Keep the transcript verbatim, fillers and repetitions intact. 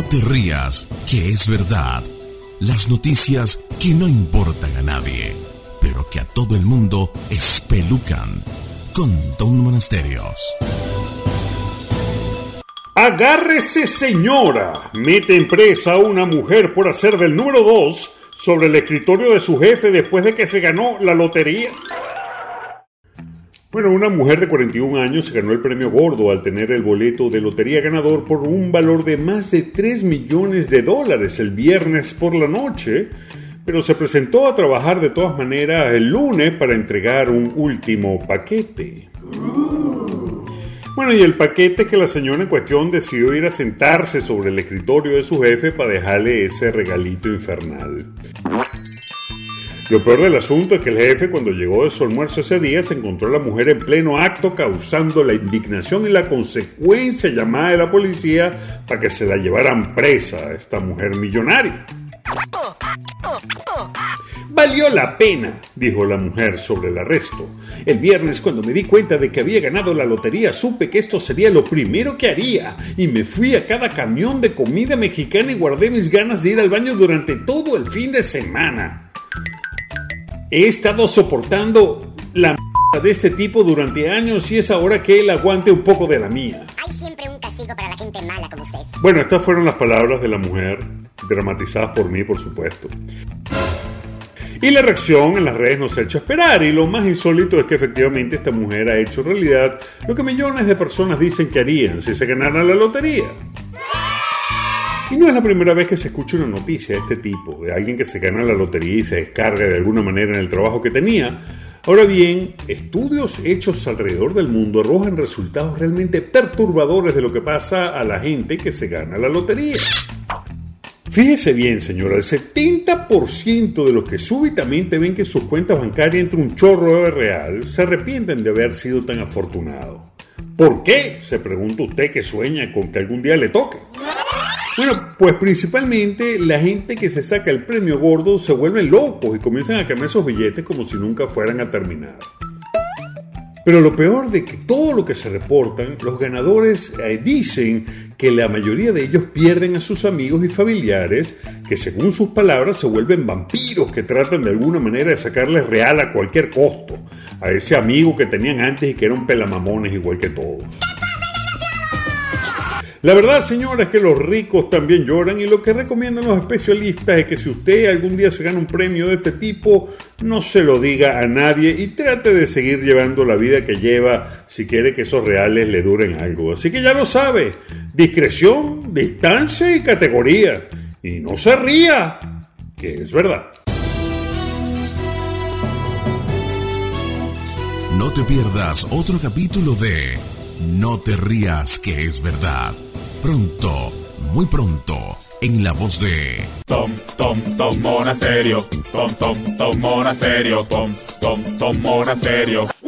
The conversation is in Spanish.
te rías, que es verdad. Las noticias que no importan a nadie, pero que a todo el mundo espelucan. Con Don Monasterios. Agárrese, señora. Mete en presa a una mujer por hacer del número dos sobre el escritorio de su jefe después de que se ganó la lotería. Bueno, una mujer de cuarenta y un años se ganó el premio gordo al tener el boleto de lotería ganador por un valor de más de tres millones de dólares el viernes por la noche, pero se presentó a trabajar de todas maneras el lunes para entregar un último paquete. Bueno, y el paquete es que la señora en cuestión decidió ir a sentarse sobre el escritorio de su jefe para dejarle ese regalito infernal. Lo peor del asunto es que el jefe, cuando llegó de su almuerzo ese día, se encontró a la mujer en pleno acto, causando la indignación y la consecuencia llamada de la policía para que se la llevaran presa a esta mujer millonaria. Valió la pena, dijo la mujer sobre el arresto. El viernes, cuando me di cuenta de que había ganado la lotería, supe que esto sería lo primero que haría y me fui a cada camión de comida mexicana y guardé mis ganas de ir al baño durante todo el fin de semana. He estado soportando la m*** de este tipo durante años y es ahora que él aguante un poco de la mía. Hay siempre un castigo para la gente mala como usted. Bueno, estas fueron las palabras de la mujer, dramatizadas por mí, por supuesto. Y la reacción en las redes nos ha hecho esperar, y lo más insólito es que efectivamente esta mujer ha hecho realidad lo que millones de personas dicen que harían si se ganaran la lotería. Y no es la primera vez que se escucha una noticia de este tipo, de alguien que se gana la lotería y se descarga de alguna manera en el trabajo que tenía. Ahora bien, estudios hechos alrededor del mundo arrojan resultados realmente perturbadores de lo que pasa a la gente que se gana la lotería. Fíjese bien, señora, el setenta por ciento de los que súbitamente ven que sus cuentas bancarias entran un chorro de real se arrepienten de haber sido tan afortunados. ¿Por qué? Se pregunta usted que sueña con que algún día le toque. Bueno, pues principalmente la gente que se saca el premio gordo se vuelven locos y comienzan a cambiar esos billetes como si nunca fueran a terminar. Pero lo peor de que todo lo que se reportan, los ganadores eh, dicen que la mayoría de ellos pierden a sus amigos y familiares, que según sus palabras se vuelven vampiros que tratan de alguna manera de sacarles real a cualquier costo, a ese amigo que tenían antes y que era un pelamamones igual que todos. La verdad, señora, es que los ricos también lloran y lo que recomiendan los especialistas es que si usted algún día se gana un premio de este tipo, no se lo diga a nadie y trate de seguir llevando la vida que lleva si quiere que esos reales le duren algo. Así que ya lo sabe, discreción, distancia y categoría. Y no se ría, que es verdad. No te pierdas otro capítulo de No te rías, que es verdad. Pronto, muy pronto, en la voz de Tom, Tom, Tom Monasterio. Tom, Tom, Tom Monasterio. Tom, Tom, Tom Monasterio.